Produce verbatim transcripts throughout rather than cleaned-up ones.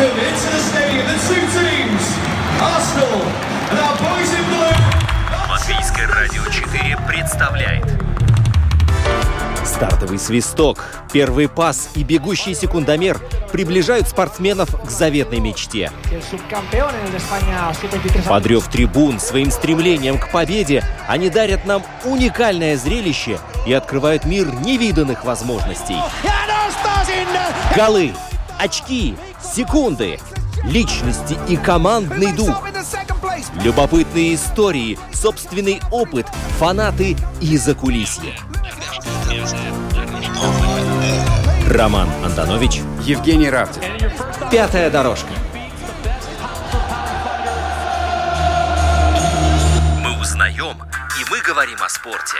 welcome into the stadium the two teams, Arsenal and our boys in blue. Латвийское радио четыре представляет стартовый свисток, первый пас и бегущий секундомер приближают спортсменов к заветной мечте. Под рев трибун своим стремлением к победе они дарят нам уникальное зрелище и открывают мир невиданных возможностей. Голы, очки, секунды, личности и командный дух. Любопытные истории, собственный опыт, фанаты и закулисье. Роман Антонович, Евгений Равдин. Пятая дорожка. Мы узнаем, и мы говорим о спорте.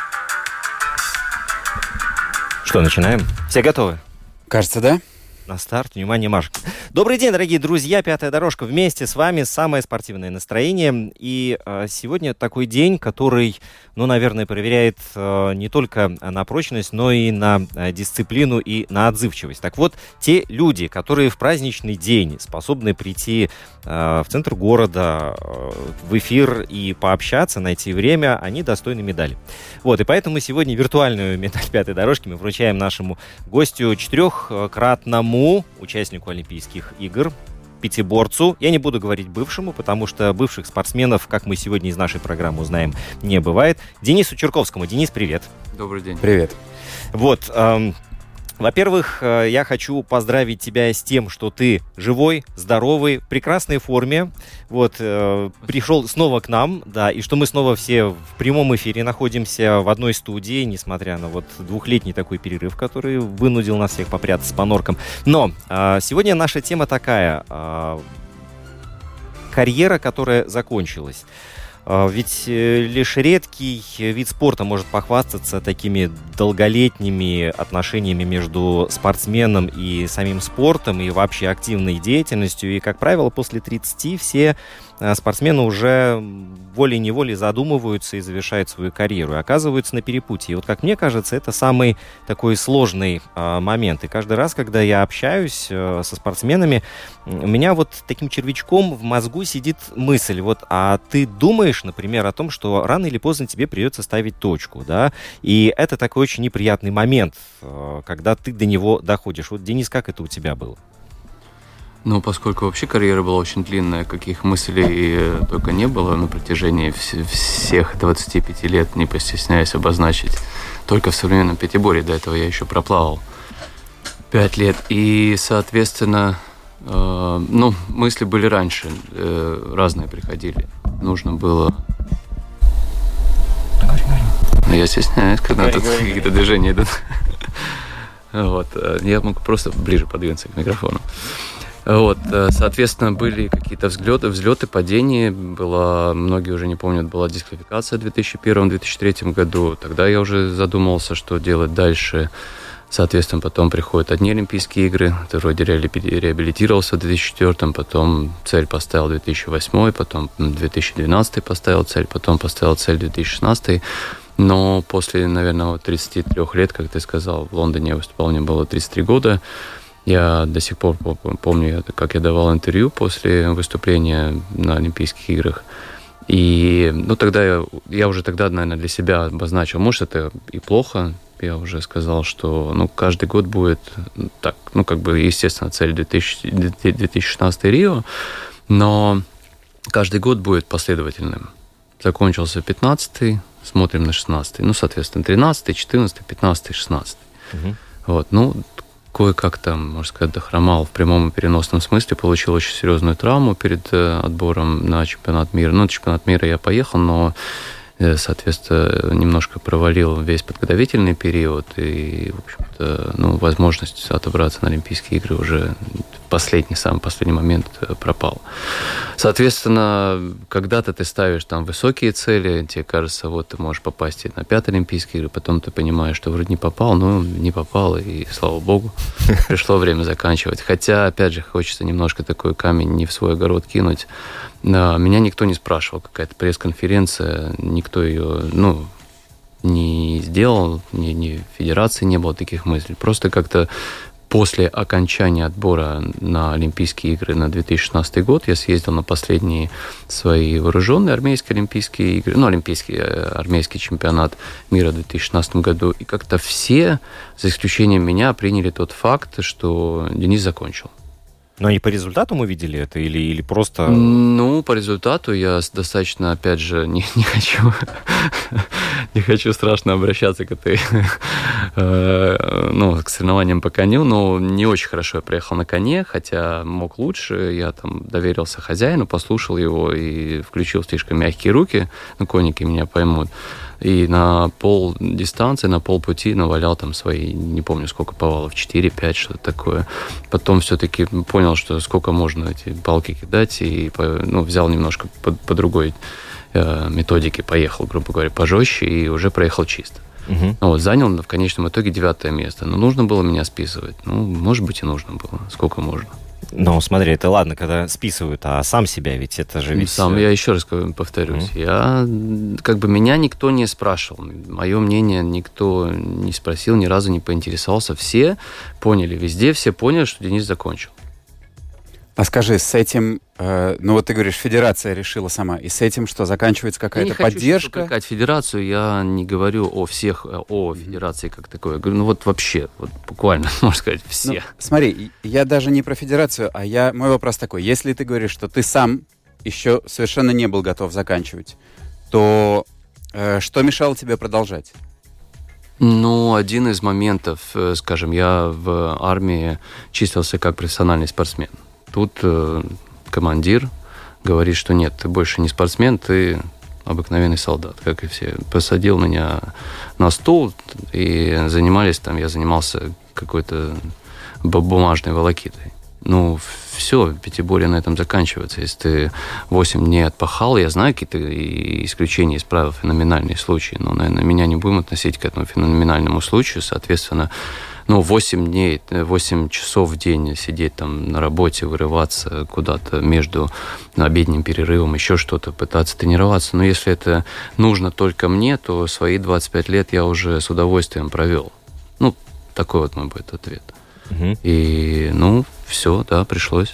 Что, начинаем? Все готовы? Кажется, да. На старт. Внимание, Маша. Добрый день, дорогие друзья. Пятая дорожка вместе с вами. Самое спортивное настроение. И э, сегодня такой день, который, ну, наверное, проверяет э, не только на прочность, но и на э, дисциплину и на отзывчивость. Так вот, те люди, которые в праздничный день способны прийти э, в центр города, э, в эфир и пообщаться, найти время, они достойны медали. Вот, и поэтому сегодня виртуальную медаль пятой дорожки мы вручаем нашему гостю, четырехкратному участнику Олимпийских игр, пятиборцу. Я не буду говорить бывшему, потому что бывших спортсменов, как мы сегодня из нашей программы узнаем, не бывает. Денису Чурковскому. Денис, привет. Добрый день. Привет. Вот, эм, во-первых, э, я хочу поздравить тебя с тем, что ты живой, здоровый, в прекрасной форме. Вот, э, пришел снова к нам, да, и что мы снова все в прямом эфире находимся в одной студии, несмотря на вот двухлетний такой перерыв, который вынудил нас всех попрятаться по норкам. Но э, сегодня наша тема такая, э, карьера, которая закончилась. Ведь лишь редкий вид спорта может похвастаться такими долголетними отношениями между спортсменом и самим спортом, и вообще активной деятельностью. И, как правило, после тридцати все спортсмены уже волей-неволей задумываются и завершают свою карьеру, и оказываются на перепутье. И вот, как мне кажется, это самый такой сложный а, момент. И каждый раз, когда я общаюсь а, со спортсменами, у меня вот таким червячком в мозгу сидит мысль, вот, а ты думаешь, например, о том, что рано или поздно тебе придется ставить точку, да? И это такой очень неприятный момент, а, когда ты до него доходишь. Вот, Денис, как это у тебя было? Ну, поскольку вообще карьера была очень длинная, каких мыслей только не было на протяжении вс- всех двадцати пяти лет, не постесняясь обозначить, только в современном пятиборье, до этого я еще проплавал пять лет. И, соответственно, э, ну, мысли были раньше, э, разные приходили. Нужно было... Я стесняюсь, когда тут какие-то движения идут. Вот. Я могу просто ближе подвинуться к микрофону. Вот, соответственно, были какие-то взлеты, взлеты, падения. Была, многие уже не помнят, была дисквалификация в две тысячи первом - две тысячи третьем году. Тогда я уже задумался, что делать дальше. Соответственно, потом приходят одни Олимпийские игры. Ты вроде реабилитировался в две тысячи четвёртом, потом цель поставил в две тысячи восьмом, потом в две тысячи двенадцатом поставил цель, потом поставил цель в две тысячи шестнадцатом. Но после, наверное, тридцати трёх лет, как ты сказал, в Лондоне я выступал, мне было тридцать три года. Я до сих пор помню, как я давал интервью после выступления на Олимпийских играх. И ну, тогда я, я уже тогда, наверное, для себя обозначил, может, это и плохо. Я уже сказал, что ну, каждый год будет так, ну, как бы, естественно, цель две тысячи шестнадцатый Рио, но каждый год будет последовательным. Закончился пятнадцатый, смотрим на шестнадцатый. Ну, соответственно, тринадцатый, четырнадцатый, пятнадцатый, шестнадцатый. Угу. Вот, ну, кое-как там, можно сказать, дохромал в прямом и переносном смысле, получил очень серьезную травму перед э, отбором на чемпионат мира. Ну, на чемпионат мира я поехал, но, э, соответственно, немножко провалил весь подготовительный период, и, в общем-то, ну, возможность отобраться на Олимпийские игры уже в последний, самый последний момент пропал. Соответственно, когда-то ты ставишь там высокие цели, тебе кажется, вот ты можешь попасть на пятые Олимпийские игры, потом ты понимаешь, что вроде не попал, но не попал, и слава богу, пришло время заканчивать. Хотя, опять же, хочется немножко такой камень не в свой огород кинуть. Меня никто не спрашивал, какая-то пресс-конференция, никто ее, ну, не сделал, ни, ни в федерации не было таких мыслей. Просто как-то после окончания отбора на Олимпийские игры на две тысячи шестнадцатый год я съездил на последние свои вооруженные армейские Олимпийские игры, ну, Олимпийский армейский чемпионат мира в две тысячи шестнадцатом году. И как-то все, за исключением меня, приняли тот факт, что Денис закончил. Но они по результату мы видели это или, или просто... Ну, по результату я достаточно, опять же, не, не хочу не хочу страшно обращаться к этой, ну, к соревнованиям по коню, но не очень хорошо я приехал на коне, хотя мог лучше. Я там доверился хозяину, послушал его и включил слишком мягкие руки, ну, конники меня поймут. И на пол дистанции, на полпути навалял там свои, не помню сколько повалов, четыре-пять, что-то такое. Потом все-таки понял, что сколько можно эти палки кидать, и ну, взял немножко по, по другой э, методике, поехал, грубо говоря, пожестче, и уже проехал чисто. Uh-huh. Вот, занял в конечном итоге девятое место. Но нужно было меня списывать. Ну, может быть, и нужно было. Сколько можно. Ну, смотри, это ладно, когда списывают, а сам себя ведь это же ведь... Сам, я еще раз повторюсь, mm-hmm. я, как бы, меня никто не спрашивал, мое мнение никто не спросил, ни разу не поинтересовался, все поняли везде, все поняли, что Денис закончил. А скажи, с этим, э, ну вот ты говоришь, федерация решила сама, и с этим что, заканчивается какая-то поддержка? Я не хочу упрекать федерацию, я не говорю о всех, о федерации как такой, я говорю, ну вот вообще, вот буквально, можно сказать, все. Ну, смотри, я даже не про федерацию, а я, мой вопрос такой, если ты говоришь, что ты сам еще совершенно не был готов заканчивать, то э, что мешало тебе продолжать? Ну, один из моментов, скажем, я в армии числился как профессиональный спортсмен. Тут э, командир говорит, что нет, ты больше не спортсмен, ты обыкновенный солдат, как и все. Посадил меня на стул, и занимались там, я занимался какой-то бумажной волокитой. Ну, все, пятиборье на этом заканчивается. Если ты восемь дней отпахал, я знаю какие-то исключения из правил, феноменальные случаи, но, наверное, меня не будем относить к этому феноменальному случаю, соответственно, ну, восемь дней, восемь часов в день сидеть там на работе, вырываться куда-то между обедним перерывом, еще что-то, пытаться тренироваться. Но если это нужно только мне, то свои двадцать пять лет я уже с удовольствием провел. Ну, такой вот мой будет ответ. Угу. И, ну, все, да, пришлось.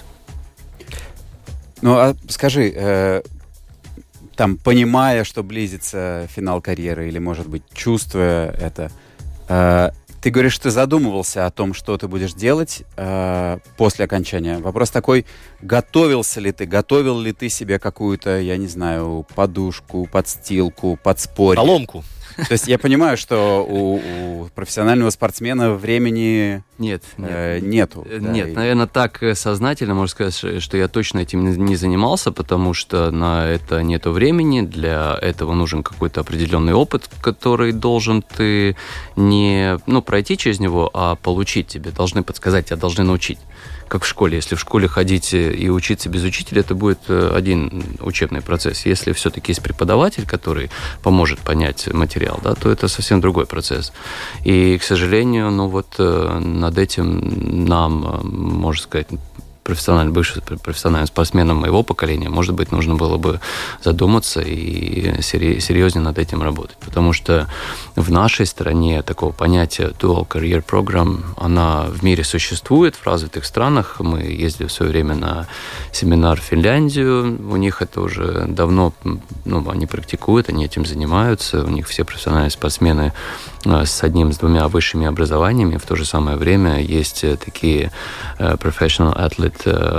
Ну, а скажи, э, там, понимая, что близится финал карьеры, или, может быть, чувствуя это, э, ты говоришь, что ты задумывался о том, что ты будешь делать э, после окончания. Вопрос такой, готовился ли ты, готовил ли ты себе какую-то, я не знаю, подушку, подстилку, подспорье? Соломку. То есть я понимаю, что у, у профессионального спортсмена времени нет, нет, э, нету. Нет, да, и... наверное, так сознательно можно сказать, что я точно этим не занимался, потому что на это нету времени, для этого нужен какой-то определенный опыт, который должен ты не ну, пройти через него, а получить. Тебе должны подсказать, тебя должны научить. Как в школе. Если в школе ходить и учиться без учителя, это будет один учебный процесс. Если все-таки есть преподаватель, который поможет понять материал, да, то это совсем другой процесс. И, к сожалению, ну вот над этим нам, можно сказать, профессиональным, бывшим профессиональным спортсменам моего поколения, может быть, нужно было бы задуматься и серьезнее над этим работать. Потому что в нашей стране такого понятия Dual Career Program, она в мире существует, в развитых странах. Мы ездили в свое время на семинар в Финляндию, у них это уже давно, ну, они практикуют, они этим занимаются, у них все профессиональные спортсмены с одним, с двумя высшими образованиями. В то же самое время есть такие professional athlete,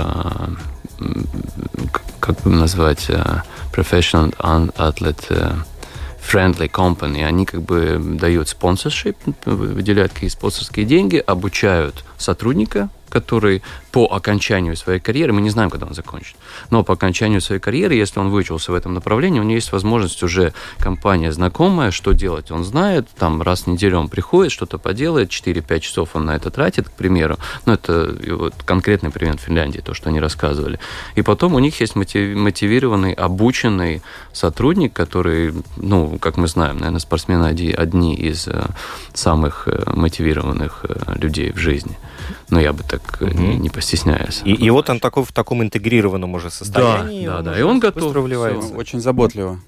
как бы назвать, professional athlete friendly company. Они как бы дают спонсоршип, выделяют какие-то спонсорские деньги, обучают сотрудника, который по окончанию своей карьеры, мы не знаем, когда он закончит, но по окончанию своей карьеры, если он выучился в этом направлении, у него есть возможность уже компания знакомая, что делать он знает, там раз в неделю он приходит, что-то поделает, четыре-пять часов он на это тратит, к примеру, ну это вот конкретный пример Финляндии, то, что они рассказывали, и потом у них есть мотивированный, обученный сотрудник, который, ну, как мы знаем, наверное, спортсмены одни из самых мотивированных людей в жизни. Но я бы так угу. не, не постесняюсь. И, и вот он такой, в таком интегрированном уже состоянии. Да, да, да. И он готов. Очень заботливо.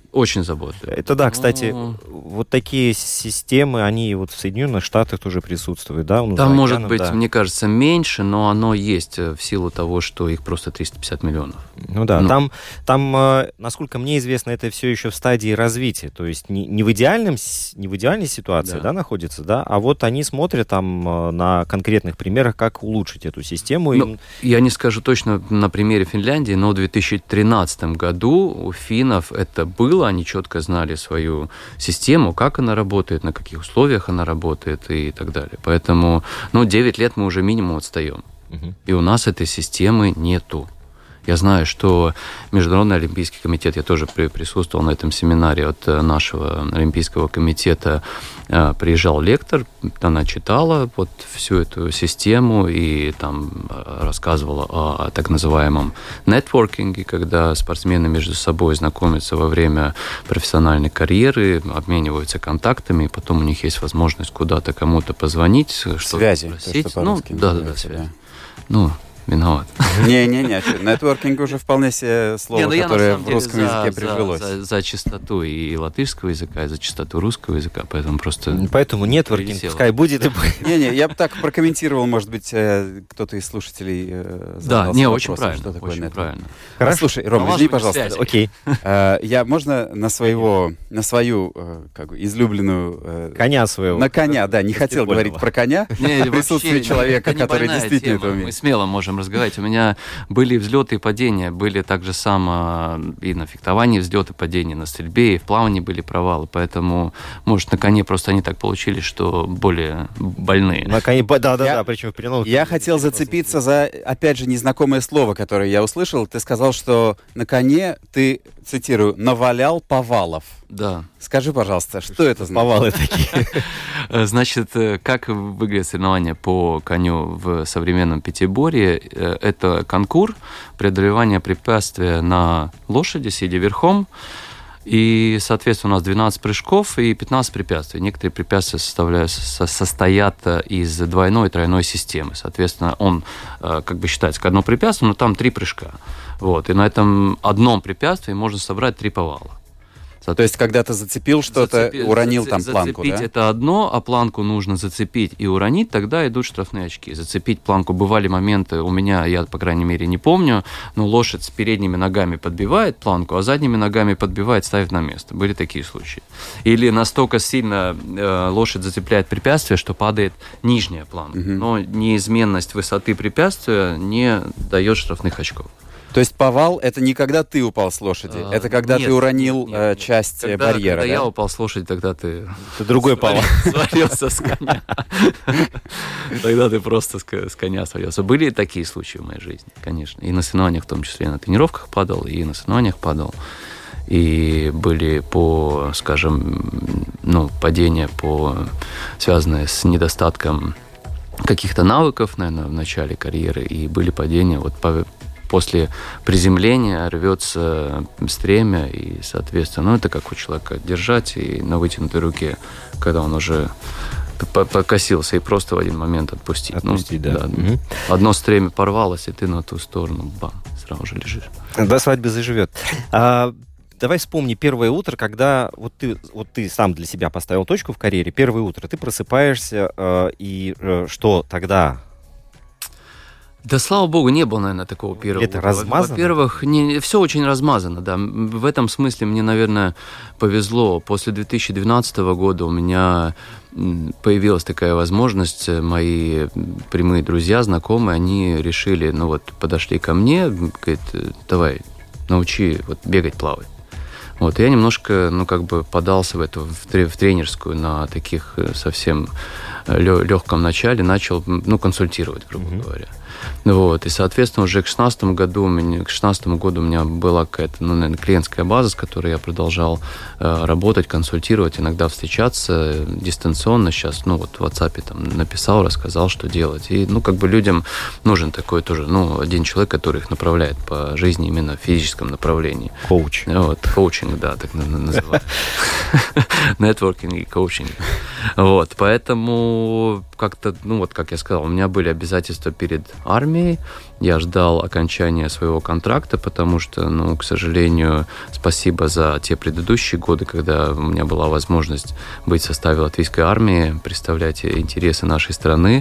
Очень заботливы. Это да, кстати, Ну, вот такие системы, они вот в Соединенных Штатах тоже присутствуют, да? Ну, за Там может океаном, быть, да. мне кажется, меньше, но оно есть э, в силу того, что их просто триста пятьдесят миллионов. Ну да, Ну. там, там, э, насколько мне известно, это все еще в стадии развития, то есть не, не в идеальном, с- не в идеальной ситуации, Да. да, находится, да, а вот они смотрят там э, на конкретных примерах, как улучшить эту систему. Ну, и- Я не скажу точно на примере Финляндии, но в две тысячи тринадцатом году у финнов это было, они четко знали свою систему, как она работает, на каких условиях она работает и так далее. Поэтому, ну, девять лет мы уже минимум отстаем. Мгм. И у нас этой системы нету. Я знаю, что Международный олимпийский комитет, я тоже при- присутствовал на этом семинаре от э, нашего олимпийского комитета, э, приезжал лектор, она читала вот всю эту систему и там э, рассказывала о, о так называемом нетворкинге, когда спортсмены между собой знакомятся во время профессиональной карьеры, обмениваются контактами, и потом у них есть возможность куда-то кому-то позвонить, что-то Связи, то, спросить. что Ну, по-русски да, да, да, называется, связи. Ну, виноват. Не-не-не, что, нетворкинг уже вполне себе слово, Не, ну я, на которое самом в деле, русском за- языке за- прижилось. За, за чистоту и латышского языка, и за чистоту русского языка, поэтому просто... Поэтому нетворкинг Прилетело. пускай будет и будет. Не-не, я бы так прокомментировал, может быть, э, кто-то из слушателей э, Да, задался не, очень вопросом, правильно, что такое очень нетворкинг. правильно. А, Хорошо. слушай, Ром, извини, Налаживание пожалуйста, связи. Окей. э, я можно на своего, на свою э, как бы излюбленную... э, Коня своего. на коня, да, не хотел баскетбольного. говорить про коня, Не, в присутствии вообще, человека, это не который больная действительно тема. это Мы умеет. смело можем разговаривать. У меня были взлеты и падения, были также само и на фехтовании взлеты и падения, на стрельбе, и в плавании были провалы. Поэтому, может, на коне просто они так получились, что более больные. На коне, да, да, Я- да, причем в переносном. Я хотел зацепиться за, опять же, незнакомое слово, которое я услышал. Ты сказал, что на коне ты, цитирую, навалял повалов. Да. Скажи, пожалуйста, что это значит? Повалы такие. Э, Значит, э, как выглядят соревнования по коню в современном пятиборье? Э, Это конкур, преодолевание препятствия на лошади, сидя верхом. И, соответственно, у нас двенадцать прыжков и пятнадцать препятствий. Некоторые препятствия составляют, со- состоят э, из двойной и тройной системы. Соответственно, он э, как бы считается как одно препятствие, но там три прыжка. Вот. И на этом одном препятствии можно собрать три повала. То есть, когда ты зацепил что-то, Зацепи- уронил заце- там планку, зацепить да? это одно, а планку нужно зацепить и уронить, тогда идут штрафные очки. Зацепить планку, бывали моменты, у меня, я, по крайней мере, не помню, но лошадь с передними ногами подбивает планку, а задними ногами подбивает, ставит на место. Были такие случаи. Или настолько сильно э, лошадь зацепляет препятствие, что падает нижняя планка. Мгм. Но неизменность высоты препятствия не дает штрафных очков. То есть повал — это не когда ты упал с лошади, А, это когда нет, ты уронил нет, э, нет. часть э, Когда, барьера, когда да? я упал с лошади, тогда ты Это другой повал. свалился с коня. Тогда ты просто с ко- с коня свалился. Были и такие случаи в моей жизни, конечно. И на соревнованиях, в том числе, и на тренировках падал, и на соревнованиях падал. И были по, скажем, ну, падения, по, связанные с недостатком каких-то навыков, наверное, в начале карьеры. И были падения вот по- после приземления рвется стремя, и, соответственно, ну, это как у человека держать и на вытянутой руке, когда он уже п- покосился, и просто в один момент отпустить. Отпустить, Ну, да. Мгм. Одно стремя порвалось, и ты на ту сторону, бам, сразу же лежишь. До свадьбы заживет. А, давай вспомни первое утро, когда вот ты, вот ты сам для себя поставил точку в карьере. Первое утро, ты просыпаешься, э, и э, что тогда? Да, слава богу, не было, наверное, такого первого. Это утра. размазано? Во-первых, не, все очень размазано, да. М, В этом смысле мне, наверное, повезло. После две тысячи двенадцатого года у меня м, появилась такая возможность. Мои прямые друзья, знакомые, они решили, ну вот, подошли ко мне, м, говорят, давай, научи вот бегать, плавать. Вот, и я немножко, ну, как бы подался в эту, в, тре- в тренерскую на таких э, совсем легком начале, начал, ну, консультировать, грубо Мгм. говоря. Вот, и, соответственно, уже к шестнадцатому году, у меня, к шестнадцатому году у меня была какая-то, ну, наверное, клиентская база, с которой я продолжал э, работать, консультировать, иногда встречаться э, дистанционно. Сейчас, ну, вот в WhatsApp там написал, рассказал, что делать. И, ну, как бы людям нужен такой тоже, ну, один человек, который их направляет по жизни именно в физическом направлении. Коуч. Вот, коучинг, да, так на- на- называют. Нетворкинг и коучинг. Вот, поэтому как-то, ну вот, как я сказал, у меня были обязательства перед армией, я ждал окончания своего контракта, потому что, ну, к сожалению, спасибо за те предыдущие годы, когда у меня была возможность быть в составе латвийской армии, представлять интересы нашей страны,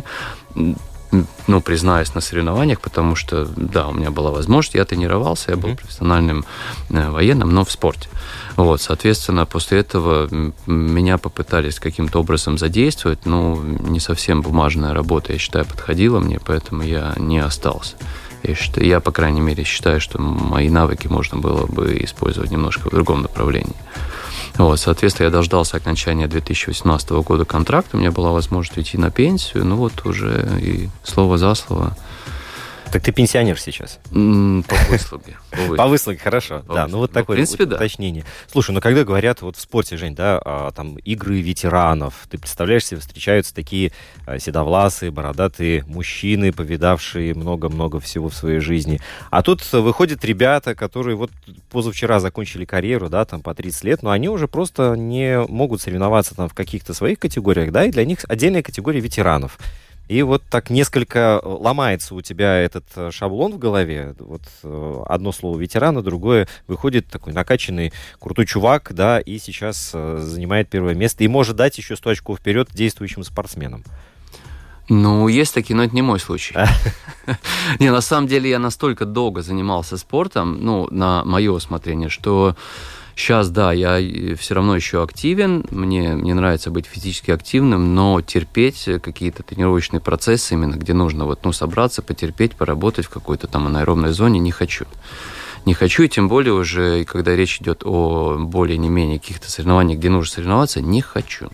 ну, признаюсь, на соревнованиях, потому что, да, у меня была возможность, я тренировался, я был mm-hmm. профессиональным э, военным, но в спорте. Вот, соответственно, после этого меня попытались каким-то образом задействовать, но не совсем бумажная работа, я считаю, подходила мне, поэтому я не остался. Я, считаю, я, по крайней мере, считаю, что мои навыки можно было бы использовать немножко в другом направлении. Вот, соответственно, я дождался окончания две тысячи восемнадцатого года контракта, у меня была возможность уйти на пенсию, ну вот уже и слово за слово. Так ты пенсионер сейчас? Mm, по выслуге. По выслуге, по выслуге хорошо. По да, выслуге. Ну вот такое ну, вот, уточнение. Да. Слушай, ну когда говорят вот в спорте, Жень, да, а, там игры ветеранов, ты представляешь себе, встречаются такие а, седовласые, бородатые мужчины, повидавшие много-много всего в своей жизни. А тут выходят ребята, которые вот позавчера закончили карьеру, да, там по тридцать лет, но они уже просто не могут соревноваться там в каких-то своих категориях, да, и для них отдельная категория ветеранов. И вот так несколько ломается у тебя этот шаблон в голове. Вот одно слово ветерана, другое выходит такой накачанный, крутой чувак, да, и сейчас занимает первое место и может дать еще сто очков вперед действующим спортсменам. Ну, есть такие, но это не мой случай. Не, на самом деле я настолько долго занимался спортом, ну, на мое усмотрение, что сейчас, да, я все равно еще активен, мне, мне нравится быть физически активным, но терпеть какие-то тренировочные процессы, именно где нужно вот, ну, собраться, потерпеть, поработать в какой-то там анаэробной зоне, не хочу. Не хочу, и тем более уже, когда речь идет о более не менее каких-то соревнованиях, где нужно соревноваться, не хочу.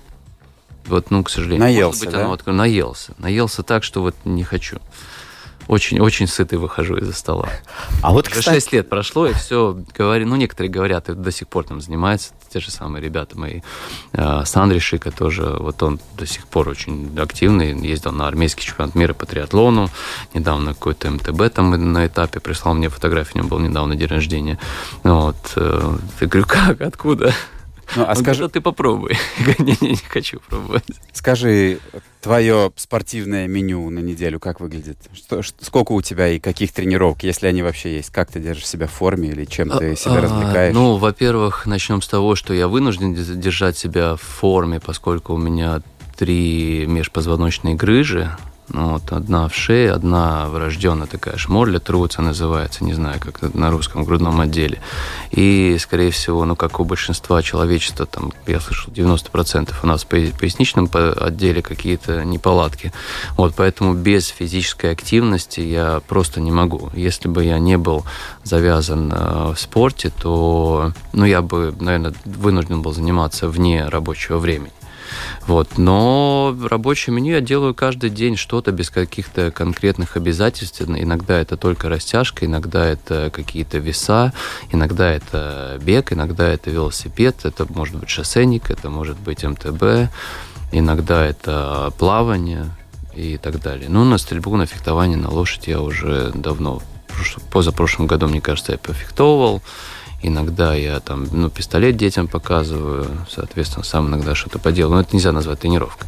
Вот, ну, к сожалению. Наелся, быть, да? Оно, вот, наелся. Наелся так, что вот не хочу. Очень-очень сытой выхожу из-за стола. А вот, уже кстати... шесть лет прошло, и все, говорю, ну, некоторые говорят, и до сих пор там занимаются, те же самые ребята мои. Сандрий Шика тоже, вот он до сих пор очень активный, ездил на армейский чемпионат мира по триатлону, недавно какой-то эм тэ бэ там на этапе прислал мне фотографию, у него был недавно день рождения. Вот. Я говорю, как, откуда? Ну, а скажи, ты попробуй. не, не, не хочу пробовать. Скажи, твое спортивное меню на неделю как выглядит? Что, что, сколько у тебя и каких тренировок, если они вообще есть? Как ты держишь себя в форме или чем ты себя а, развлекаешь? Ну, во-первых, начнем с того, что я вынужден держать себя в форме, поскольку у меня три межпозвоночные грыжи. Ну, вот одна в шее, одна врожденная такая шморля, труца называется, не знаю, как это на русском, в грудном отделе. И, скорее всего, ну, как у большинства человечества, там, я слышал, девяносто процентов у нас в поясничном отделе какие-то неполадки. Вот, поэтому без физической активности я просто не могу. Если бы я не был завязан в спорте, то, ну, я бы, наверное, вынужден был заниматься вне рабочего времени. Вот. Но рабочее меню я делаю каждый день что-то без каких-то конкретных обязательств. Иногда это только растяжка, иногда это какие-то веса, иногда это бег, иногда это велосипед, это может быть шоссейник, это может быть эм тэ бэ, иногда это плавание и так далее. Ну, на стрельбу, на фехтование, на лошадь я уже давно, позапрошлом году, мне кажется, я пофехтовывал. Иногда я там, ну, пистолет детям показываю, соответственно, сам иногда что-то поделаю. Но это нельзя назвать тренировкой.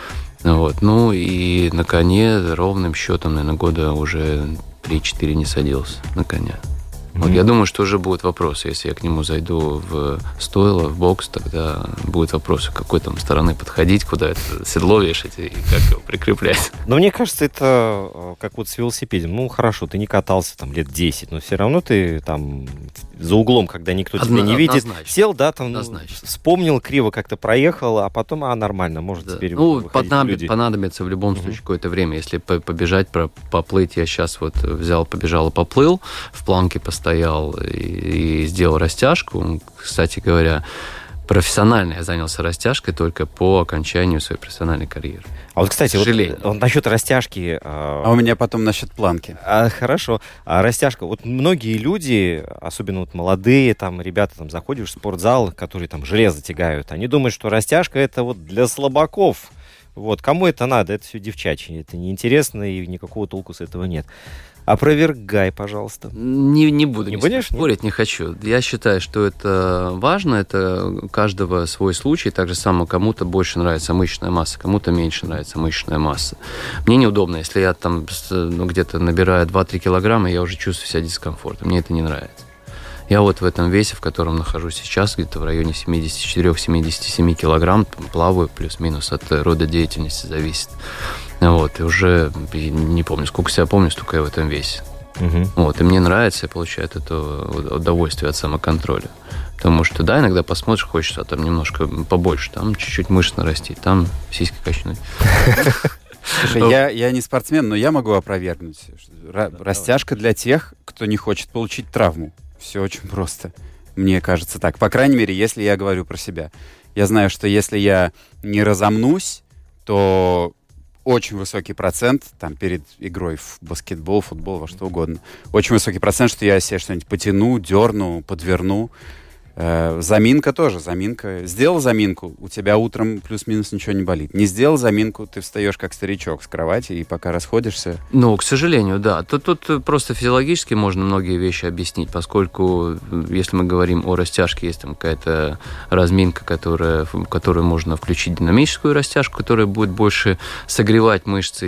Вот. Ну и на коне ровным счетом, наверное, года уже три-четыре не садился на коня. Вот, mm-hmm. Я думаю, что уже будут вопросы. Если я к нему зайду в стойло, в бокс, тогда будут вопросы, какой там стороны подходить, куда это седло вешать и как его прикреплять. Но мне кажется, это как вот с велосипедом. Ну, хорошо, ты не катался там лет десять, но все равно ты там за углом, когда никто Одно, тебя не видит, сел, да, там, ну, вспомнил, криво как-то проехал, а потом, а, нормально, может, да. Теперь ну, выходить понадоб, люди. понадобится в любом случае mm-hmm. какое-то время. Если побежать, поплыть, я сейчас вот взял, побежал и поплыл, в планке поставил, стоял и, и сделал растяжку. Кстати говоря, профессионально я занялся растяжкой только по окончанию своей профессиональной карьеры. А вот, кстати, вот, вот насчет растяжки... А у меня потом насчет планки. А, хорошо. А растяжка. Вот многие люди, особенно вот молодые, там, ребята, там, заходишь в спортзал, которые там железо тягают, они думают, что растяжка это вот для слабаков. Вот. Кому это надо? Это все девчачье. Это неинтересно, и никакого толку с этого нет. Опровергай, пожалуйста. Не, не буду не не будешь, спорить, нет? не хочу. Я считаю, что это важно, это у каждого свой случай. Так же само кому-то больше нравится мышечная масса, кому-то меньше нравится мышечная масса. Мне неудобно, если я там ну, где-то набираю два-три килограмма, я уже чувствую себя дискомфортом. Мне это не нравится. Я вот в этом весе, в котором нахожусь сейчас, где-то в районе семьдесят четыре - семьдесят семь килограмм, плаваю, плюс-минус от рода деятельности зависит. Вот, и уже не помню, сколько себя помню, столько я в этом весе. Угу. Вот, и мне нравится, я получаю от этого удовольствие от самоконтроля. Потому что, да, иногда посмотришь, хочется там немножко побольше, там чуть-чуть мышц нарастить, там сиськи качнуть. Слушай, я, я не спортсмен, но я могу опровергнуть. Растяжка для тех, кто не хочет получить травму. Все очень просто. Мне кажется так. По крайней мере, если я говорю про себя. Я знаю, что если я не разомнусь, то очень высокий процент, там, перед игрой в баскетбол, футбол, во что угодно, очень высокий процент, что я себе что-нибудь потяну, дерну, подверну. Э, заминка тоже, заминка. Сделал заминку, у тебя утром плюс-минус ничего не болит. Не сделал заминку, ты встаешь как старичок с кровати, и пока расходишься... Ну, к сожалению, да. Тут, тут просто физиологически можно многие вещи объяснить, поскольку, если мы говорим о растяжке, есть там какая-то разминка, которая, в которую можно включить динамическую растяжку, которая будет больше согревать мышцы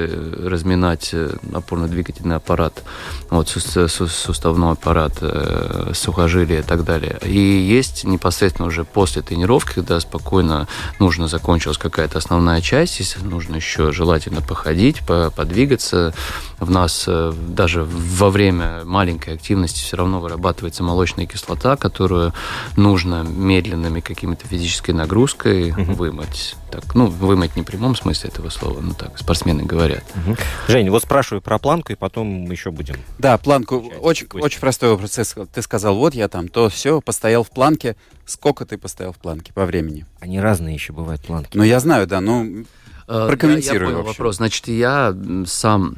и разминать опорно-двигательный аппарат, вот, суставной аппарат, сухожилия и так далее. И есть непосредственно уже после тренировки, когда спокойно нужно, закончилась какая-то основная часть, если нужно еще желательно походить, подвигаться. В нас даже во время маленькой активности все равно вырабатывается молочная кислота, которую нужно медленными какими-то физической нагрузкой mm-hmm. вымыть. Так, ну, вымыть не в прямом смысле этого слова, но так спортсмены говорят. Mm-hmm. Жень, вот спрашиваю про планку, и потом мы еще будем... Да, планку. Очень, очень простой вопрос. Ты сказал, вот я там, то все, постоял в планке. Сколько ты постоял в планке по времени? Они разные еще бывают, планки. Ну, я знаю, да, ну, прокомментируй. Я, я понял вопрос. Значит, я сам...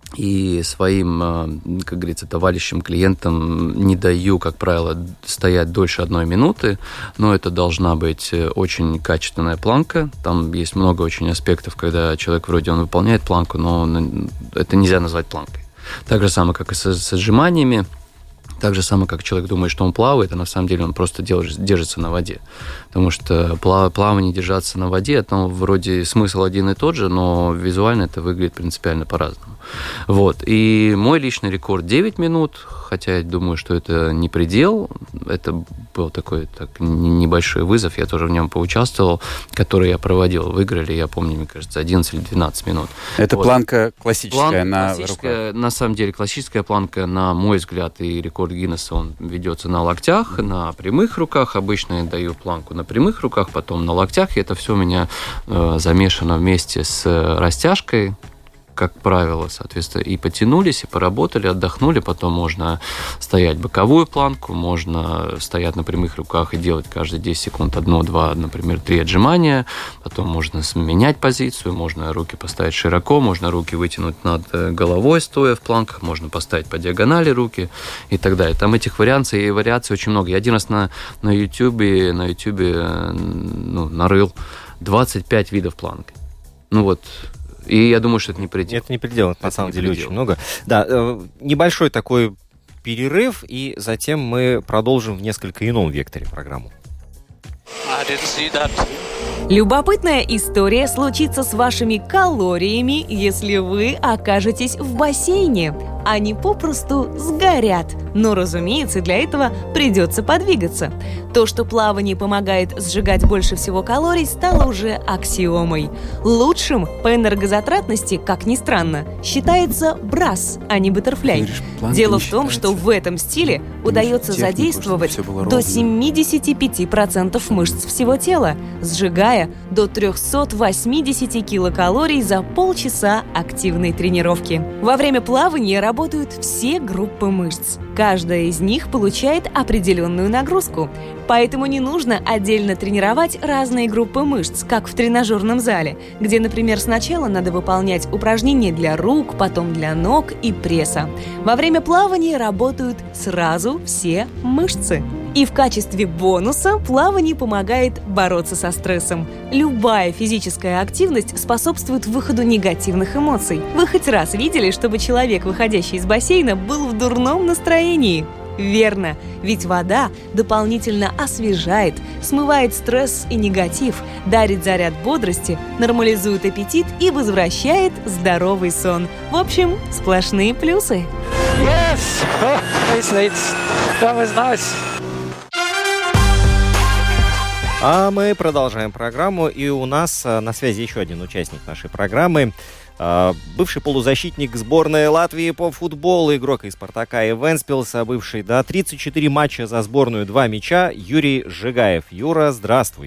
И своим, как говорится, товарищам, клиентам не даю, как правило, стоять дольше одной минуты, но это должна быть очень качественная планка. Там есть много очень аспектов, когда человек вроде он выполняет планку, но это нельзя назвать планкой. Так же самое, как и с, с отжиманиями. Так же самое, как человек думает, что он плавает, а на самом деле он просто держится на воде. Потому что плавание, держаться на воде, это вроде смысл один и тот же, но визуально это выглядит принципиально по-разному. Вот. И мой личный рекорд девять минут, хотя я думаю, что это не предел. Это был такой так, небольшой вызов, я тоже в нем поучаствовал, который я проводил. Выиграли, я помню, мне кажется, одиннадцать или двенадцать минут. Это вот. Планка классическая планка на классическая, руках? На самом деле классическая планка, на мой взгляд, и рекорд Гиннесса, он ведется на локтях, на прямых руках. Обычно я даю планку на прямых руках, потом на локтях. И это все у меня э, замешано вместе с растяжкой, как правило, соответственно, и потянулись, и поработали, отдохнули. Потом можно стоять боковую планку, можно стоять на прямых руках и делать каждые десять секунд одно-два, например, три отжимания. Потом можно менять позицию, можно руки поставить широко, можно руки вытянуть над головой, стоя в планках, можно поставить по диагонали руки и так далее. Там этих вариаций и вариаций очень много. Я один раз на, на YouTube, на YouTube ну, нарыл двадцать пять видов планки. Ну вот... И я думаю, что это не предел. Это не предел, это на самом деле предел. Очень много. Да, э, небольшой такой перерыв, и затем мы продолжим в несколько ином векторе программу. Любопытная история случится с вашими калориями, если вы окажетесь в бассейне. Они попросту сгорят. Но, разумеется, для этого придется подвигаться. То, что плавание помогает сжигать больше всего калорий, стало уже аксиомой. Лучшим по энергозатратности, как ни странно, считается брасс, а не баттерфляй. Дело в том, что в этом стиле удается задействовать до семьдесят пять процентов мышц всего тела, сжигая до триста восемьдесят килокалорий за полчаса активной тренировки. Во время плавания работают все группы мышц. Каждая из них получает определенную нагрузку. Поэтому не нужно отдельно тренировать разные группы мышц, как в тренажерном зале, где, например, сначала надо выполнять упражнения для рук, потом для ног и пресса. Во время плавания работают сразу все мышцы. И в качестве бонуса плавание помогает бороться со стрессом. Любая физическая активность способствует выходу негативных эмоций. Вы хоть раз видели, чтобы человек, выходящий из бассейна, был в дурном настроении? Верно, ведь вода дополнительно освежает, смывает стресс и негатив, дарит заряд бодрости, нормализует аппетит и возвращает здоровый сон. В общем, сплошные плюсы. Yes! Oh, it's, it's, that was nice. А мы продолжаем программу, и у нас на связи еще один участник нашей программы. Бывший полузащитник сборной Латвии по футболу, игрок из «Спартака» и Вентспилса, бывший, да, тридцать четыре матча за сборную, два мяча, Юрий Жигаев. Юра, здравствуй.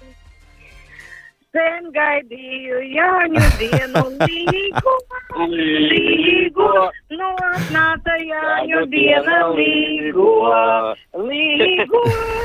Sen gaidīju Jāņu dienu līgu, līgu, nu atnāca Jāņu diena līgu, līgu.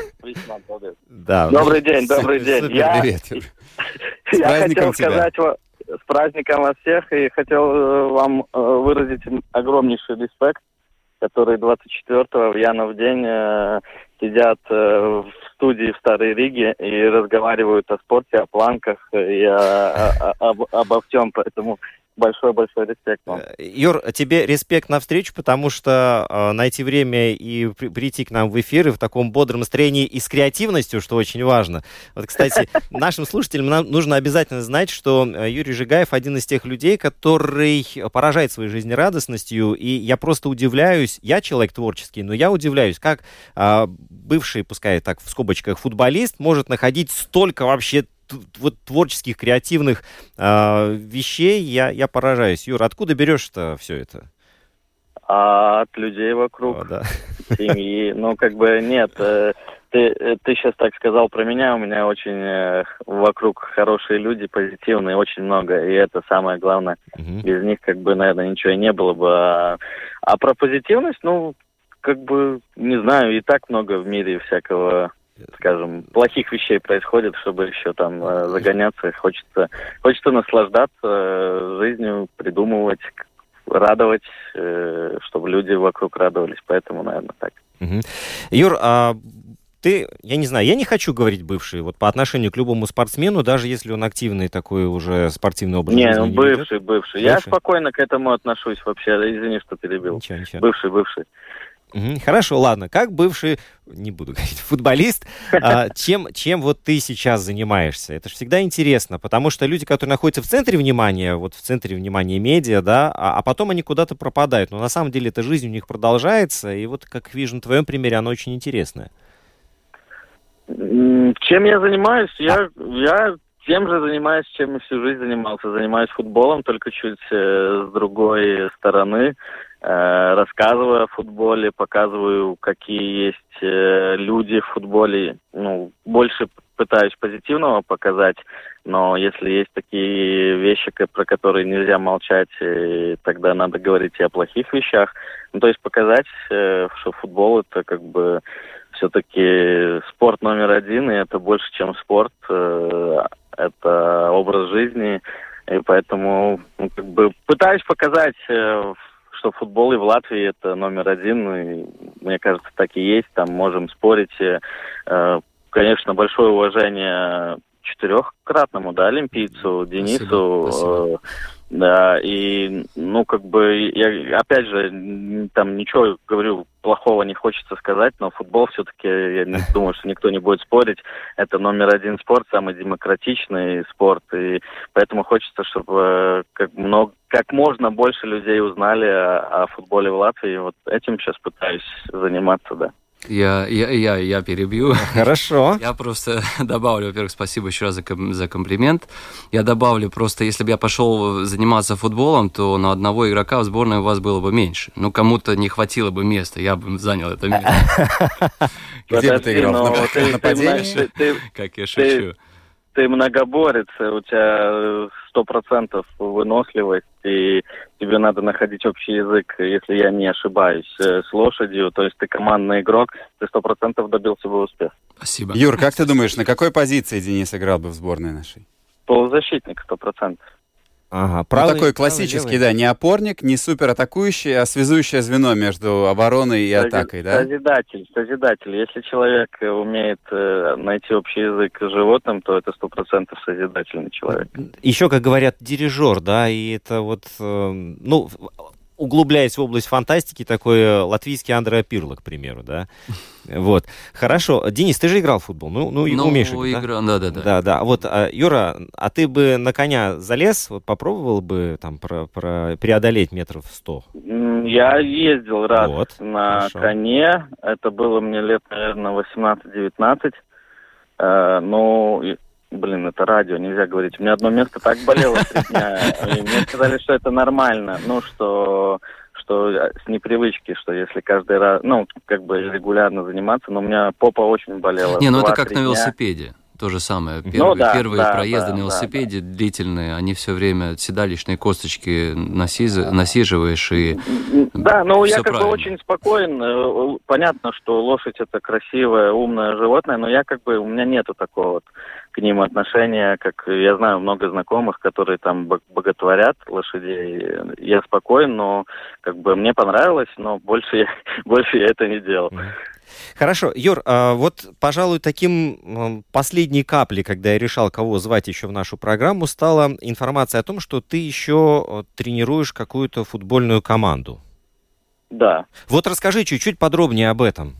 Да. Добрый день, добрый Супер, день. супер, Я, привет, Юр. С я праздником хотел тебя. сказать ва- с праздником вас всех и хотел э, вам э, выразить огромнейший респект, которые двадцать четвёртого в Янов день э, сидят э, в студии в Старой Риге и разговаривают о спорте, о планках и о, о- о- об- обо всем, поэтому большой-большой респект вам. Юр, тебе респект навстречу, потому что э, найти время и при- прийти к нам в эфир и в таком бодром настроении и с креативностью, что очень важно. Вот, кстати, нашим слушателям нам нужно обязательно знать, что э, Юрий Жигаев один из тех людей, который поражает своей жизнерадостностью, и я просто удивляюсь, я человек творческий, но я удивляюсь, как э, бывший, пускай так в скобочках, футболист может находить столько вообще вот творческих, креативных э, вещей. Я, я поражаюсь. Юра, откуда берешь-то все это? А от людей вокруг, О, да. семьи, ну как бы нет. э, Ты, э, ты сейчас так сказал про меня, у меня очень э, вокруг хорошие люди, позитивные, очень много, и это самое главное. Мгм. Без них, как бы, наверное, ничего и не было бы. А, а про позитивность, ну, как бы, не знаю, и так много в мире всякого, скажем, плохих вещей происходит, чтобы еще там э, загоняться. Хочется, хочется наслаждаться э, жизнью, придумывать, радовать, э, чтобы люди вокруг радовались. Поэтому, наверное, так. Мгм. Юр, а ты, я не знаю, я не хочу говорить бывший, вот по отношению к любому спортсмену, даже если он активный такой уже спортивный образ Не, жизни ну не бывший, ведет. бывший. Я Бывший? спокойно к этому отношусь вообще. Извини, что перебил. Ничего, ничего. Бывший, бывший. Мгм. Хорошо, ладно. Как бывший, не буду говорить, футболист, а, чем, чем вот ты сейчас занимаешься? Это же всегда интересно, потому что люди, которые находятся в центре внимания, вот в центре внимания медиа, да, а, а потом они куда-то пропадают. Но на самом деле эта жизнь у них продолжается, и вот, как вижу на твоем примере, она очень интересная. М, Чем я занимаюсь? Я, я тем же занимаюсь, чем и всю жизнь занимался. Занимаюсь футболом, только чуть э, с другой стороны. Э, рассказываю о футболе, показываю, какие есть э, люди в футболе. Ну, больше пытаюсь позитивного показать, но если есть такие вещи, ко- про которые нельзя молчать, э, тогда надо говорить и о плохих вещах. Ну, то есть показать, э, что футбол это как бы все-таки спорт номер один, и это больше, чем спорт. э, Это образ жизни, и поэтому ну, как бы пытаюсь показать, э, что футбол и в Латвии это номер один, и мне кажется, так и есть. Там можем спорить. Э, Конечно, большое уважение четырехкратному, да, олимпийцу Денису. Спасибо. э, Да, и, ну, как бы, я, опять же, н- там ничего, говорю, плохого не хочется сказать, но футбол все-таки, я не думаю, что никто не будет спорить, это номер один спорт, самый демократичный спорт, и поэтому хочется, чтобы э, как, много, как можно больше людей узнали о, о футболе в Латвии, вот этим сейчас пытаюсь заниматься, да. Я, я, я, я перебью. Хорошо. Я просто добавлю, во-первых, спасибо еще раз за, ком- за комплимент. Я добавлю просто, если бы я пошел заниматься футболом, то на одного игрока в сборной у вас было бы меньше. Ну, кому-то не хватило бы места, я бы занял это место. Где бы ты играл? но В нап- ты- в нападении? ты- ты- Как я шучу. Ты многоборец, у тебя сто процентов выносливость, и тебе надо находить общий язык, если я не ошибаюсь, э, с лошадью. То есть ты командный игрок, ты сто процентов добился бы успеха. Спасибо. Юр, как ты думаешь, на какой позиции Денис играл бы в сборной нашей? Полузащитник сто процентов. Ага, правый, ну, такой классический, правый, да, не опорник, не суператакующий, а связующее звено между обороной и Сози- атакой, да? Созидатель, созидатель. Если человек умеет э, найти общий язык с животным, то это сто процентов созидательный человек. Еще, как говорят, дирижер, да, и это вот, э, ну, углубляясь в область фантастики, такой латвийский Андреа Пирло, к примеру, да. Вот. Хорошо. Денис, ты же играл в футбол, ну, ну, ну умеешь играть, игра, да? Да, да, да. Да, вот, Юра, а ты бы на коня залез, вот попробовал бы там про, про преодолеть метров сто? Я ездил раз вот. на Хорошо. коне, это было мне лет, наверное, восемнадцать-девятнадцать, э, ну... Блин, это радио, нельзя говорить. У меня одно место так болело три дня, и мне сказали, что это нормально. Ну, что, что с непривычки, что если каждый раз, ну, как бы регулярно заниматься, но у меня попа очень болела. Не, ну это как на велосипеде. То же самое. Первые, ну, да, первые да, проезды да, на велосипеде да, да. длительные, они все время седалищные косточки насиз... насиживаешь и... Да, ну я как правильно. бы очень спокоен. Понятно, что лошадь это красивое, умное животное, но я как бы, у меня нету такого вот к ним отношения, как я знаю много знакомых, которые там боготворят лошадей. Я спокоен, но как бы мне понравилось, но больше я, больше я это не делал. Хорошо, Юр, вот, пожалуй, таким последней каплей, когда я решал, кого звать еще в нашу программу, стала информация о том, что ты еще тренируешь какую-то футбольную команду. Да. Вот расскажи чуть-чуть подробнее об этом.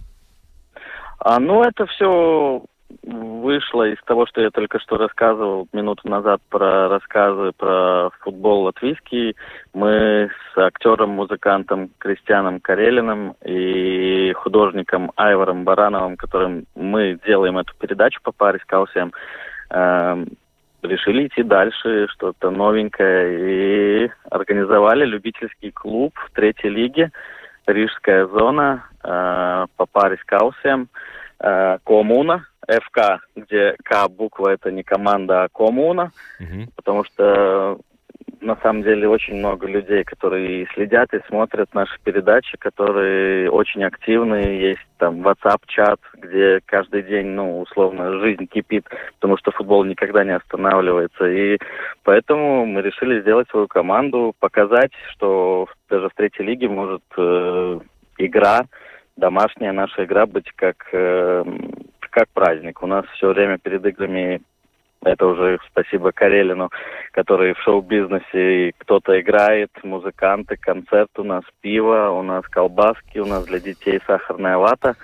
А, ну, это все вышло из того, что я только что рассказывал минуту назад про рассказы про футбол латвийский. Мы с актером-музыкантом Кристианом Карелиным и художником Айваром Барановым, которым мы делаем эту передачу по паре с Каусием, э, решили идти дальше, что-то новенькое, и организовали любительский клуб в третьей лиге, Рижская зона, э, по паре с Каусием, э, коммуна, эф ка, где К буква это не команда, а коммуна, mm-hmm. потому что на самом деле очень много людей, которые следят и смотрят наши передачи, которые очень активны. Есть там WhatsApp-чат, где каждый день, ну, условно, жизнь кипит, потому что футбол никогда не останавливается. И поэтому мы решили сделать свою команду, показать, что даже в третьей лиге может э, игра, домашняя наша игра быть как, э, как праздник. У нас все время перед играми... Это уже спасибо Карелину, который в шоу-бизнесе, и кто-то играет, музыканты, концерт, у нас пиво, у нас колбаски, у нас для детей сахарная вата.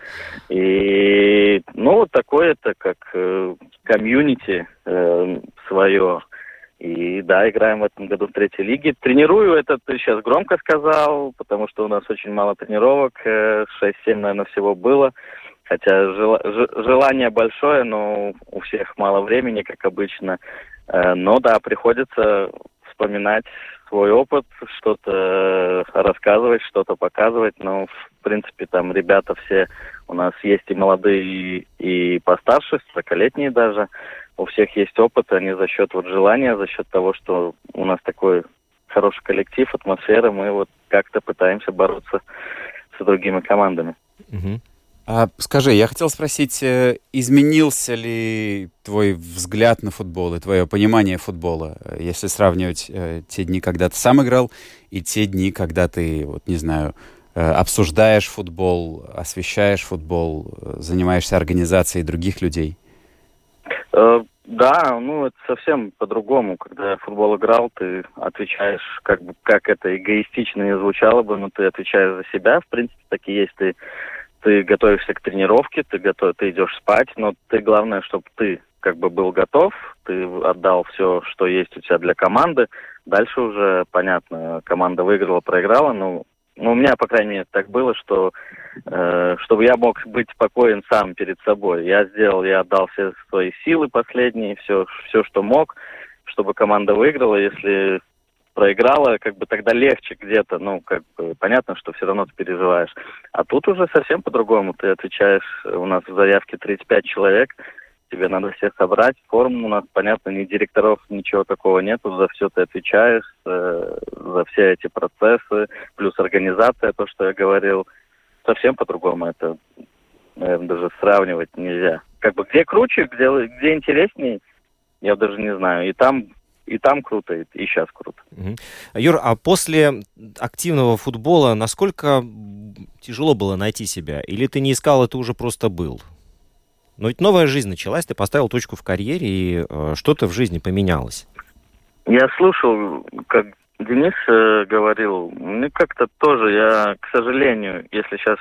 И, ну, вот такое это как э, комьюнити э, свое. И да, играем в этом году в третьей лиге. Тренирую, это ты сейчас громко сказал, потому что у нас очень мало тренировок, э, шесть-семь, наверное, всего было. Хотя жел- желание большое, но у всех мало времени, как обычно. Э, но да, приходится вспоминать свой опыт, что-то рассказывать, что-то показывать. Но, в принципе, там ребята все у нас есть и молодые, и, и постарше, сорокалетние даже. У всех есть опыт, они за счет вот желания, за счет того, что у нас такой хороший коллектив, атмосфера, мы вот как-то пытаемся бороться с другими командами. Mm-hmm. А, скажи, я хотел спросить, изменился ли твой взгляд на футбол и твое понимание футбола, если сравнивать э, те дни, когда ты сам играл, и те дни, когда ты, вот не знаю, э, обсуждаешь футбол, освещаешь футбол, занимаешься организацией других людей? Э, да, ну это совсем по-другому. Когда я в футбол играл, ты отвечаешь, как бы, как это эгоистично не звучало бы, но ты отвечаешь за себя, в принципе, так и есть. Ты Ты готовишься к тренировке, ты готов, ты идешь спать, но ты, главное, чтобы ты как бы был готов, ты отдал все, что есть у тебя для команды. Дальше уже, понятно, команда выиграла, проиграла, но ну, у меня, по крайней мере, так было, что э, чтобы я мог быть спокоен сам перед собой. Я сделал, я отдал все свои силы последние, все, все, что мог, чтобы команда выиграла. Если проиграла, как бы тогда легче где-то, ну, как бы понятно, что все равно ты переживаешь. А тут уже совсем по-другому. Ты отвечаешь, у нас в заявке тридцать пять человек, тебе надо всех собрать, форму у нас, понятно, ни директоров, ничего такого нету, за все ты отвечаешь, э, за все эти процессы, плюс организация, то, что я говорил, совсем по-другому. Это, наверное, даже сравнивать нельзя. Как бы где круче, где, где интересней, я даже не знаю. И там и там круто, и, и сейчас круто. Угу. Юр, а после активного футбола насколько тяжело было найти себя? Или ты не искал, это уже просто был? Но ведь новая жизнь началась, ты поставил точку в карьере, и э, что-то в жизни поменялось. Я слушал, как Денис э, говорил, ну как-то тоже я, к сожалению, если сейчас,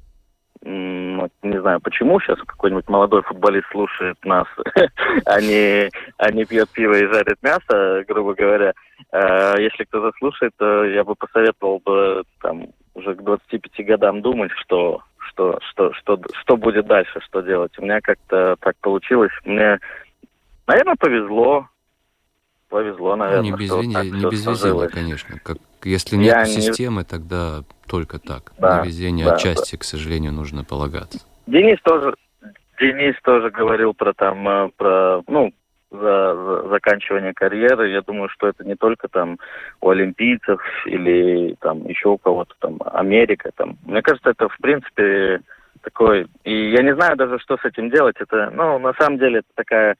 м- не знаю почему, сейчас какой-нибудь молодой футболист слушает нас, а не пьет пиво и жарит мясо, грубо говоря, э, если кто-то слушает, то я бы посоветовал бы там уже к двадцати пяти годам думать, что, что, что, что, что будет дальше, что делать. У меня как-то так получилось. Мне, наверное, повезло. Повезло, наверное. Ну, не без, что вини, так не все без сложилось. везения, конечно. Как, если нет Я системы, не... тогда только так. Да, На везение да, отчасти, да. к сожалению, нужно полагаться. Денис тоже, Денис тоже говорил про там, про, ну, за, за заканчивание карьеры. Я думаю, что это не только там у олимпийцев или там еще у кого-то там Америка. Там. Мне кажется, это в принципе такой. И я не знаю даже, что с этим делать. Это, ну, на самом деле, это такая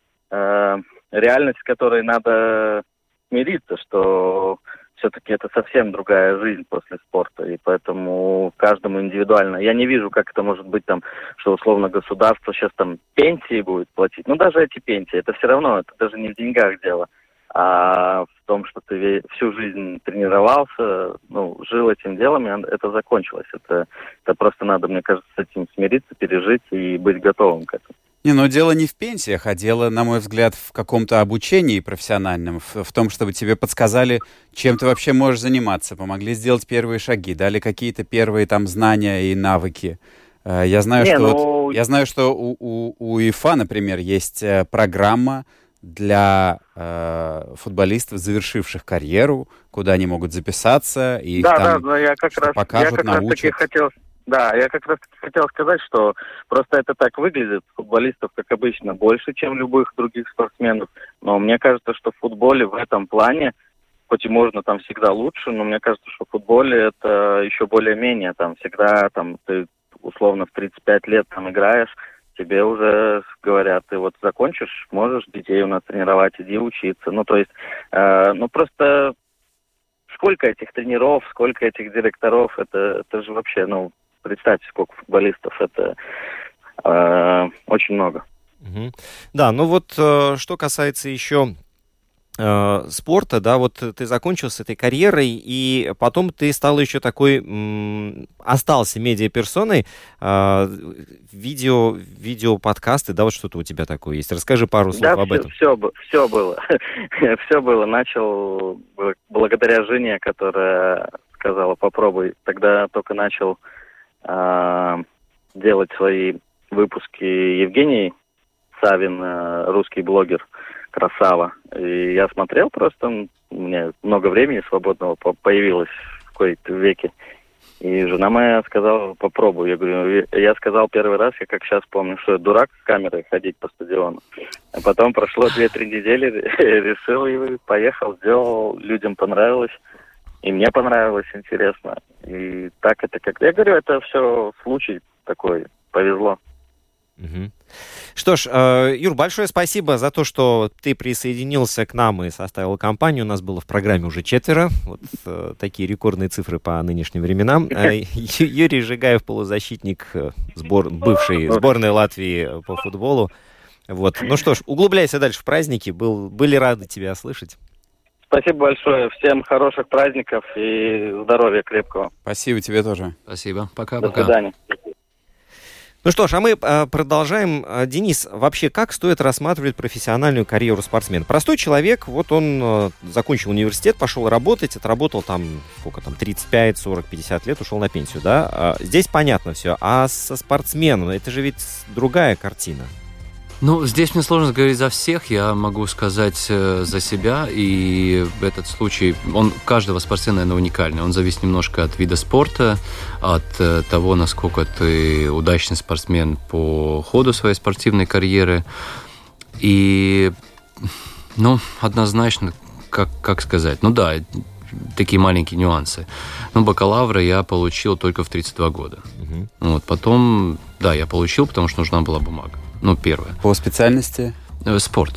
э, реальность, с которой надо смириться, что все-таки это совсем другая жизнь после спорта, и поэтому каждому индивидуально. Я не вижу, как это может быть там, что условно государство сейчас там пенсии будет платить. Ну, даже эти пенсии, это все равно, это даже не в деньгах дело, а в том, что ты всю жизнь тренировался, ну, жил этим делом, и это закончилось. Это, это просто надо, мне кажется, с этим смириться, пережить и быть готовым к этому. Не, но дело не в пенсиях, а дело, на мой взгляд, в каком-то обучении профессиональном, в, в том, чтобы тебе подсказали, чем ты вообще можешь заниматься, помогли сделать первые шаги, дали какие-то первые там знания и навыки. Я знаю, не, что, ну... вот, я знаю, что у, у, у УЕФА, например, есть программа для э, футболистов, завершивших карьеру, куда они могут записаться и да, их там да, да, я как раз, покажут, я как научат. Раз таки хотел... Да, я как раз хотел сказать, что просто это так выглядит. Футболистов, как обычно, больше, чем любых других спортсменов. Но мне кажется, что в футболе в этом плане, хоть и можно там всегда лучше, но мне кажется, что в футболе это еще более-менее. Там всегда там ты условно в тридцать пять лет там играешь, тебе уже говорят, ты вот закончишь, можешь детей у нас тренировать, иди учиться. Ну, то есть, э, ну просто сколько этих тренеров, сколько этих директоров, это, это же вообще, ну, представьте, сколько футболистов, это э, очень много. Угу. Да, ну вот э, что касается еще э, спорта, да, вот ты закончил с этой карьерой, и потом ты стал еще такой, м, остался медиаперсоной, э, видео, видео-подкасты, да, вот что-то у тебя такое есть. Расскажи пару слов да, об все, этом. Все, все было. Все было. Начал благодаря жене, которая сказала, попробуй. Тогда только начал делать свои выпуски Евгений Савин, русский блогер, красава. И я смотрел просто, у меня много времени свободного появилось в какой-то веке. И жена моя сказала, попробуй. Я говорю, я сказал первый раз, я как сейчас помню, что я дурак с камерой ходить по стадиону. А потом прошло две-три недели, решил и поехал, сделал, людям понравилось. И мне понравилось, интересно. И так это как... Я говорю, это все случай такой, повезло. Угу. Что ж, э, Юр, большое спасибо за то, что ты присоединился к нам и составил компанию. У нас было в программе уже четверо. Вот э, такие рекордные цифры по нынешним временам. Э, Юрий Жигаев, полузащитник сбор, бывшей сборной Латвии по футболу. Вот. Ну что ж, углубляйся дальше в праздники. Был, были рады тебя слышать. Спасибо большое. Всем хороших праздников и здоровья крепкого. Спасибо тебе тоже. Спасибо. Пока-пока. До свидания. Ну что ж, а мы э, продолжаем. Денис, вообще как стоит рассматривать профессиональную карьеру спортсмена? Простой человек, вот он э, закончил университет, пошел работать, отработал там, сколько там, тридцать пять, сорок, пятьдесят лет, ушел на пенсию, да? А здесь понятно все. А со спортсменом, это же ведь другая картина. Ну, здесь мне сложно говорить за всех, я могу сказать э, за себя, и этот случай, он каждого спортсмена, наверное, уникальный, он зависит немножко от вида спорта, от э, того, насколько ты удачный спортсмен по ходу своей спортивной карьеры, и, ну, однозначно, как, как сказать, ну да, такие маленькие нюансы, но бакалавра я получил только в тридцать два года, угу. Вот, потом, да, я получил, потому что нужна была бумага. Ну, первое. По специальности? Спорт.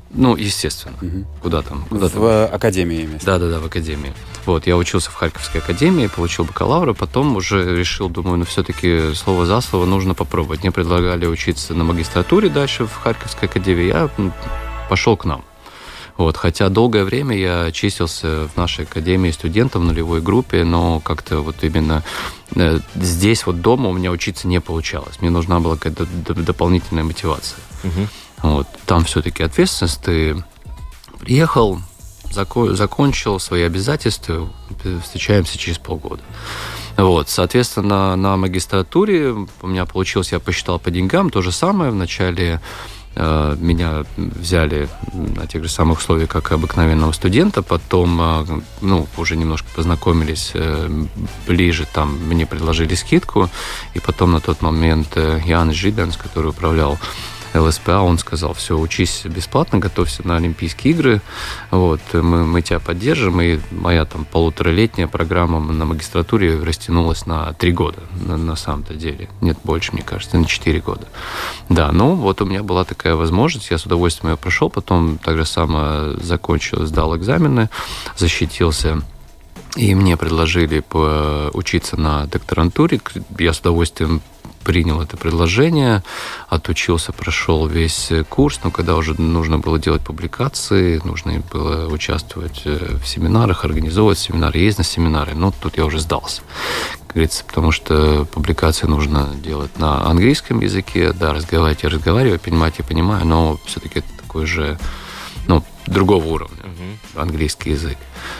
Ну, естественно. Угу. Куда там? Куда в там? академии место. Да-да-да, в академии. Вот, я учился в Харьковской академии, получил бакалавра, потом уже решил, думаю, ну, все-таки слово за слово нужно попробовать. Мне предлагали учиться на магистратуре дальше в Харьковской академии, я пошел к нам. Вот, хотя долгое время я числился в нашей академии студентом в нулевой группе, но как-то вот именно э, здесь вот дома у меня учиться не получалось. Мне нужна была какая-то дополнительная мотивация. Угу. Вот, там все-таки ответственность. Ты приехал, зако- закончил свои обязательства, встречаемся через полгода. Вот, соответственно, на магистратуре у меня получилось, я посчитал по деньгам, то же самое. Вначале э, меня взяли на тех же самых условиях, как и обыкновенного студента, потом, э, ну, уже немножко познакомились э, ближе, там мне предложили скидку, и потом на тот момент э, Ян Жиденс, который управлял ЛСПА, он сказал: все, учись бесплатно, готовься на Олимпийские игры, вот, мы, мы тебя поддержим, и моя там полуторалетняя программа на магистратуре растянулась на три года, на, на самом-то деле, нет, больше, мне кажется, на четыре года. Да, ну, вот у меня была такая возможность, я с удовольствием ее прошел, потом так же само закончил, сдал экзамены, защитился, и мне предложили поучиться на докторантуре, я с удовольствием принял это предложение, отучился, прошел весь курс, но когда уже нужно было делать публикации, нужно было участвовать в семинарах, организовывать семинары, ездить на семинары, но тут я уже сдался, как говорится, потому что публикации нужно делать на английском языке, да, разговаривать я разговариваю, понимать я понимаю, но все-таки это такой же, ну, другого уровня, uh-huh. английский язык.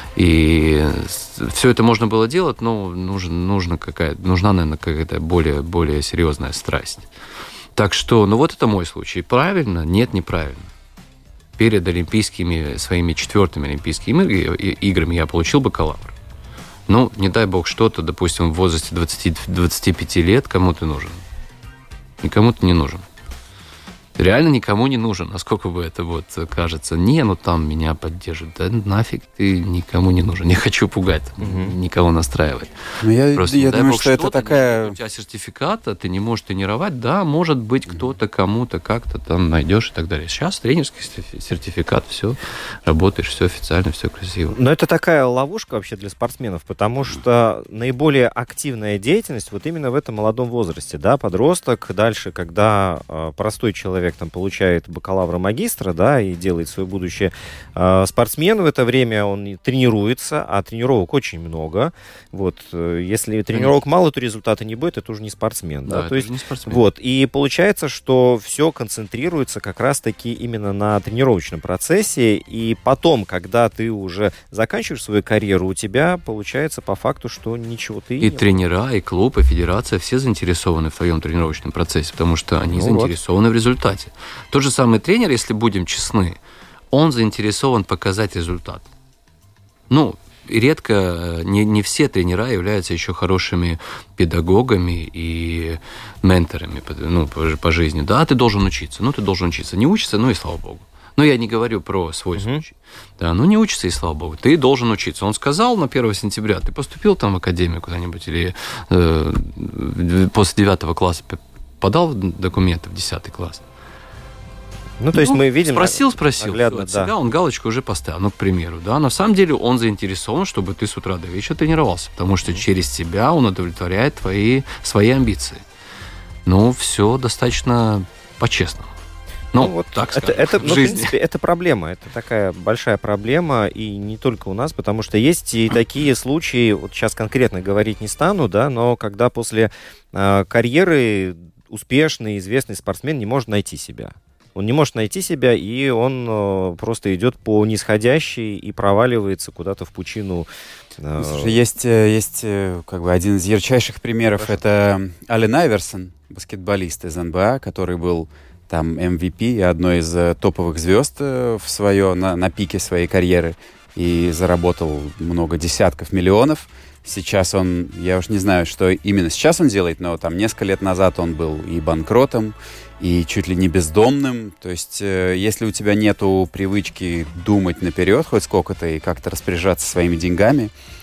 И все это можно было делать, но нужно, нужно какая-то, нужна, наверное, какая-то более, более серьезная страсть. Так что, ну вот это мой случай. Правильно? Нет, неправильно. Перед олимпийскими, своими четвертыми олимпийскими играми я получил бакалавр. Ну, не дай бог что-то, допустим, в возрасте двадцати пяти лет кому ты нужен? Никому ты не нужен. Реально никому не нужен, насколько бы это вот кажется. Не, ну там меня поддержат. Да нафиг ты никому не нужен. Не хочу пугать, угу. никого настраивать. Ну, я Просто, я думаю, бог, что это такая... У тебя сертификата, ты не можешь тренировать. Да, может быть, кто-то кому-то как-то там найдешь и так далее. Сейчас тренерский сертификат, все, работаешь, все официально, все красиво. Но это такая ловушка вообще для спортсменов, потому что наиболее активная деятельность вот именно в этом молодом возрасте, да, подросток. Дальше, когда э, простой человек там получает бакалавра-магистра, да, и делает свое будущее. Спортсмен в это время, он тренируется, а тренировок очень много. Вот. Если тренировок мало, то результата не будет, это уже не спортсмен. Да, да, то есть, не спортсмен. Вот. И получается, что все концентрируется как раз-таки именно на тренировочном процессе, и потом, когда ты уже заканчиваешь свою карьеру, у тебя получается по факту, что ничего ты... И тренера, и клуб, и федерация, все заинтересованы в твоем тренировочном процессе, потому что они ну заинтересованы вот. в результате. Тот же самый тренер, если будем честны, он заинтересован показать результат. Ну, редко, не, не все тренера являются еще хорошими педагогами и менторами ну, по, по жизни. Да, ты должен учиться, ну, ты должен учиться. Не учиться, ну и слава богу. Но я не говорю про свой uh-huh. случай. Да, ну не учится, и слава богу. Ты должен учиться. Он сказал на первого сентября, ты поступил там в академию куда-нибудь или э, после девятого класса подал документы в десятый класс? Ну, то есть ну, мы видим... Спросил, спросил. Наглядно, от да. себя он галочку уже поставил, ну, к примеру. Да? На самом деле он заинтересован, чтобы ты с утра до вечера тренировался, потому что через тебя он удовлетворяет твои, свои амбиции. Ну, все достаточно по-честному. Ну, ну вот так это, скажем, это, в ну, жизни. В принципе, это проблема. Это такая большая проблема, и не только у нас, потому что есть и такие случаи, вот сейчас конкретно говорить не стану, да, но когда после э, карьеры успешный, известный спортсмен не может найти себя. Он не может найти себя, и он э, просто идет по нисходящей и проваливается куда-то в пучину. Э... Слушай, есть, есть как бы один из ярчайших примеров. Хорошо. Это Аллен Айверсон, баскетболист из эн бэ а, который был там эм ви пи и одной из топовых звезд в свое, на, на пике своей карьеры и заработал много десятков миллионов. Сейчас он, я уж не знаю, что именно сейчас он делает, но там несколько лет назад он был и банкротом, и чуть ли не бездомным. То есть, э, если у тебя нету привычки думать наперед хоть сколько-то и как-то распоряжаться своими деньгами,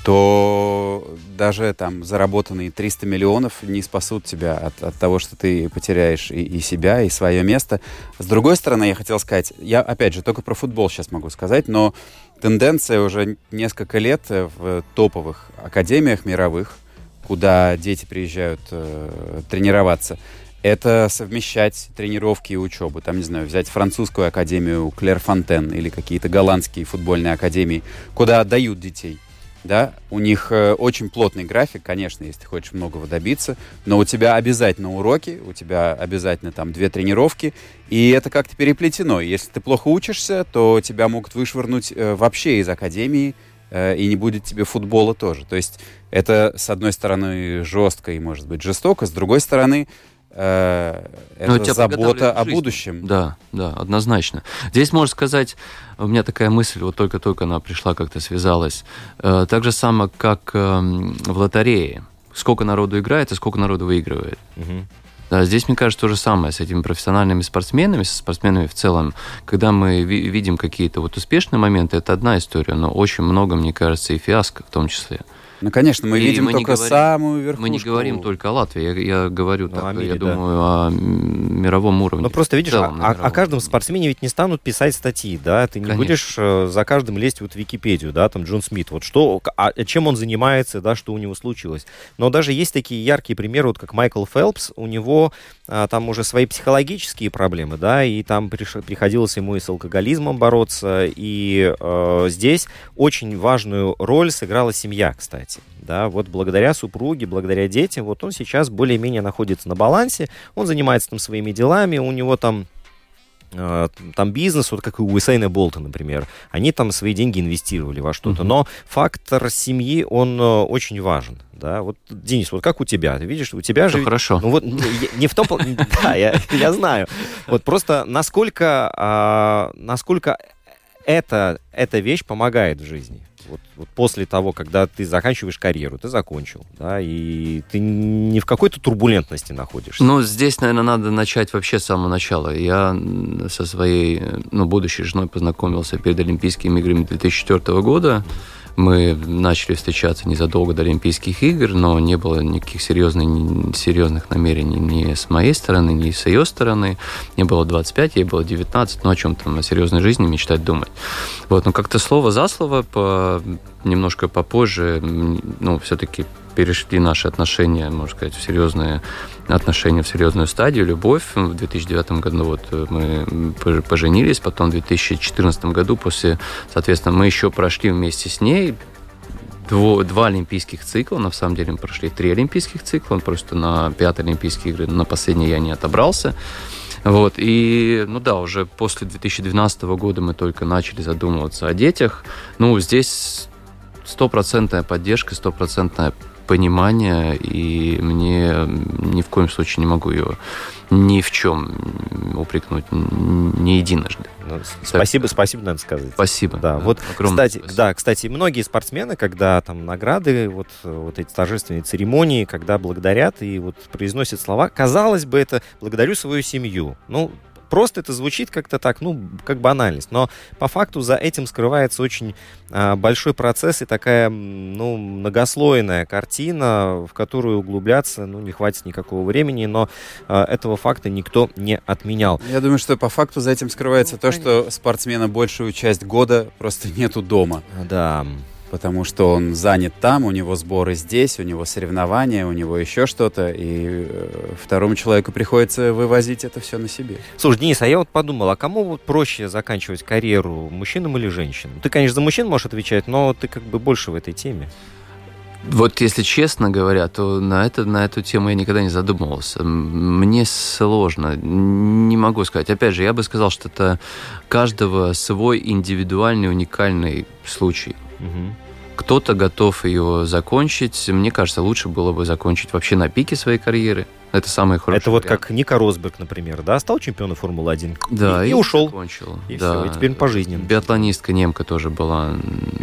то даже там заработанные триста миллионов не спасут тебя от, от того, что ты потеряешь и, и себя, и свое место. С другой стороны, я хотел сказать, я, опять же, только про футбол сейчас могу сказать, но тенденция уже несколько лет в топовых академиях мировых, куда дети приезжают э, тренироваться, это совмещать тренировки и учебу. Там, не знаю, взять французскую академию Клерфонтен или какие-то голландские футбольные академии, куда отдают детей. Да, у них э, очень плотный график, конечно, если ты хочешь многого добиться, но у тебя обязательно уроки, у тебя обязательно там две тренировки, и это как-то переплетено. Если ты плохо учишься, то тебя могут вышвырнуть э, вообще из академии, э, и не будет тебе футбола тоже. То есть это, с одной стороны, жестко и, может быть, жестоко, с другой стороны, это забота о будущем. Да, да, однозначно. Здесь можно сказать, у меня такая мысль, вот только-только она пришла, как-то связалась, э, так же самое, как э, в лотерее. Сколько народу играет и сколько народу выигрывает. Угу. Да, здесь, мне кажется, то же самое с этими профессиональными спортсменами, со спортсменами в целом. Когда мы ви- видим какие-то вот успешные моменты, это одна история, но очень много, мне кажется, и фиаско в том числе. Ну, конечно, мы и видим мы только говорим, самую верхушку. Мы не говорим только о Латвии, я, я говорю, ну, так, о мире, я да. думаю, о мировом уровне. Ну, просто видишь, целом, о, о каждом спортсмене ведь не станут писать статьи, да, ты не конечно. будешь э, за каждым лезть вот в Википедию, да, там Джон Смит, вот что, а, чем он занимается, да, что у него случилось. Но даже есть такие яркие примеры, вот как Майкл Фелпс, у него а, там уже свои психологические проблемы, да, и там приш, приходилось ему и с алкоголизмом бороться, и э, здесь очень важную роль сыграла семья, кстати. Да, вот благодаря супруге, благодаря детям, вот он сейчас более-менее находится на балансе, он занимается там своими делами, у него там, э, там бизнес, вот как и у Уэйна Болта, например, они там свои деньги инвестировали во что-то, uh-huh. но фактор семьи, он э, очень важен. Да, вот, Денис, вот как у тебя? Ты видишь, у тебя же... хорошо. Ну вот, не в том... Да, я знаю. Вот просто насколько насколько эта вещь помогает в жизни? Вот, вот после того, когда ты заканчиваешь карьеру, ты закончил, да, и ты не в какой-то турбулентности находишься. Ну, здесь, наверное, надо начать вообще с самого начала. Я со своей, ну, будущей женой познакомился перед Олимпийскими играми две тысячи четвёртого года. Мы начали встречаться незадолго до Олимпийских игр, но не было никаких серьезных, серьезных намерений ни с моей стороны, ни с ее стороны. Мне было двадцать пять, ей было девятнадцать, ну о чем там, о серьезной жизни мечтать, думать. Вот, но как-то слово за слово, по, немножко попозже, ну, все-таки перешли наши отношения, можно сказать, в серьезные отношения, в серьезную стадию, любовь. В две тысячи девятом году вот мы поженились, потом в две тысячи четырнадцатом году, после, соответственно, мы еще прошли вместе с ней дво, два олимпийских цикла, на самом деле мы прошли три олимпийских цикла, просто на пятые Олимпийские игры, на последние я не отобрался. Вот, и, ну да, уже после две тысячи двенадцатого года мы только начали задумываться о детях. Ну, здесь стопроцентная поддержка, стопроцентная понимание, и мне ни в коем случае не могу ее ни в чем упрекнуть, ни единожды. Ну, спасибо, спасибо, надо сказать. Спасибо. Да, да, вот, кстати, спасибо. да, кстати, многие спортсмены, когда там награды, вот, вот эти торжественные церемонии, когда благодарят и вот произносят слова, казалось бы, это «благодарю свою семью». Ну, просто это звучит как-то так, ну, как банальность, но по факту за этим скрывается очень а, большой процесс и такая, ну, многослойная картина, в которую углубляться, ну, не хватит никакого времени, но а, этого факта никто не отменял. Я думаю, что по факту за этим скрывается ну, то, что спортсмена большую часть года просто нету дома. Да. Потому что он занят там, у него сборы здесь, у него соревнования, у него еще что-то, и второму человеку приходится вывозить это все на себе. Слушай, Денис, а я вот подумал, а кому вот проще заканчивать карьеру, мужчинам или женщинам? Ты, конечно, за мужчин можешь отвечать, но ты как бы больше в этой теме. Вот если честно говоря, то на, это, на эту тему я никогда не задумывался. Мне сложно, не могу сказать. Опять же, я бы сказал, что это каждого свой индивидуальный, уникальный случай. Угу. Кто-то готов ее закончить. Мне кажется, лучше было бы закончить вообще на пике своей карьеры. Это самый хороший Это вот вариант. Как Нико Росберг, например, да, стал чемпионом Формулы один. Да, и, и, и ушел. Закончил. И да. все, и теперь пожизненно. Биатлонистка немка тоже была,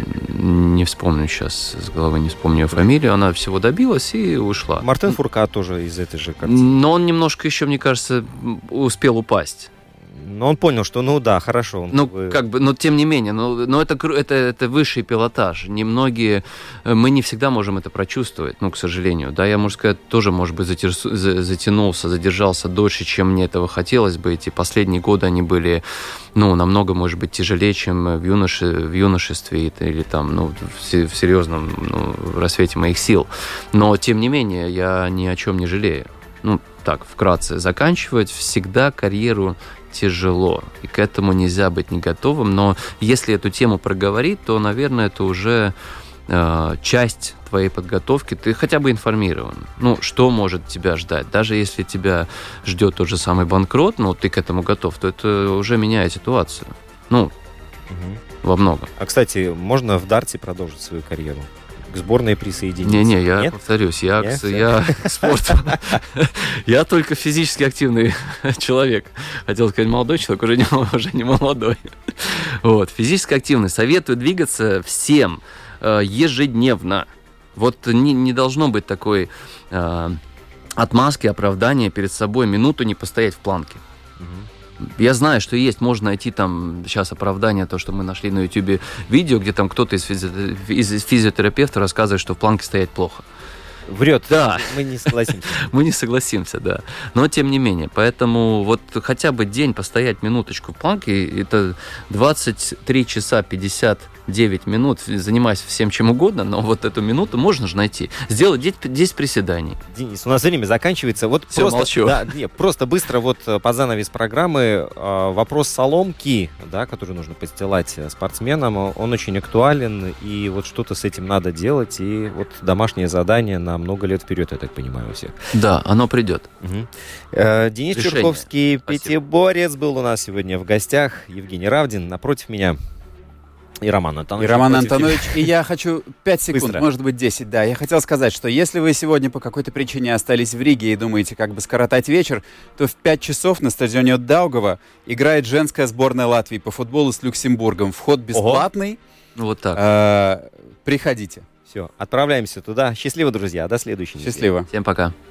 не вспомню сейчас, с головы не вспомню ее фамилию, она всего добилась и ушла. Мартен Фуркат тоже из этой же картины. Но он немножко еще, мне кажется, успел упасть. Но он понял, что, ну да, хорошо. Он Ну, как бы... как бы, но тем не менее, но, но это, кру- это, это высший пилотаж. Немногие, э, мы не всегда можем это прочувствовать, ну, к сожалению. Да, я, можно сказать, тоже, может быть, затер- за- затянулся, задержался дольше, чем мне этого хотелось бы. Эти последние годы, они были, ну, намного, может быть, тяжелее, чем в, юноше, в юношестве или, или там, ну, в, се- в серьезном ну, рассвете моих сил. Но, тем не менее, я ни о чем не жалею. Ну, так, вкратце, заканчивать всегда карьеру тяжело, и к этому нельзя быть не готовым, но если эту тему проговорить, то, наверное, это уже э, часть твоей подготовки, ты хотя бы информирован, ну, что может тебя ждать, даже если тебя ждет тот же самый банкрот, но ты к этому готов, то это уже меняет ситуацию, ну, Угу. во многом. А, кстати, можно в дарте продолжить свою карьеру? К сборной присоединиться? Не-не, я Нет? повторюсь, я, Нет? к, я к спорту. Я только физически активный человек. Хотел сказать молодой человек, уже не, уже не молодой. Вот, физически активный. Советую двигаться всем э, ежедневно. Вот не, не должно быть такой э, отмазки, оправдания перед собой. Минуту не постоять в планке. Я знаю, что есть, можно найти там сейчас оправдание, то, что мы нашли на ютубе видео, где там кто-то из, физи- из физиотерапевта рассказывает, что в планке стоять плохо. Врет. Да. Мы не согласимся. Мы не согласимся, да. Но тем не менее, поэтому вот хотя бы день постоять минуточку в планке, это двадцать три часа пятьдесят девять минут, занимайся всем чем угодно, но вот эту минуту можно же найти. Сделать десять приседаний. Денис, у нас время заканчивается. Вот Всё, просто, молчу. Да, не, просто быстро вот э, под занавес программы э, вопрос соломки, да, который нужно постилать э, спортсменам, о- он очень актуален, и вот что-то с этим надо делать, и вот домашнее задание на много лет вперед, я так понимаю, у всех. Да, оно придет. Мгм. Э, Денис Решение. Чурковский, Спасибо. пятиборец, был у нас сегодня в гостях. Евгений Равдин напротив меня. И Роман И Антонович. Роман напротив Антонович, и я хочу пять секунд, Быстро. может быть десять, да. Я хотел сказать, что если вы сегодня по какой-то причине остались в Риге и думаете, как бы скоротать вечер, то в пять часов на стадионе Даугава играет женская сборная Латвии по футболу с Люксембургом. Вход бесплатный. Вот так. Э, Приходите. Все, отправляемся туда. Счастливо, друзья. До следующей недели. Счастливо. Всем пока.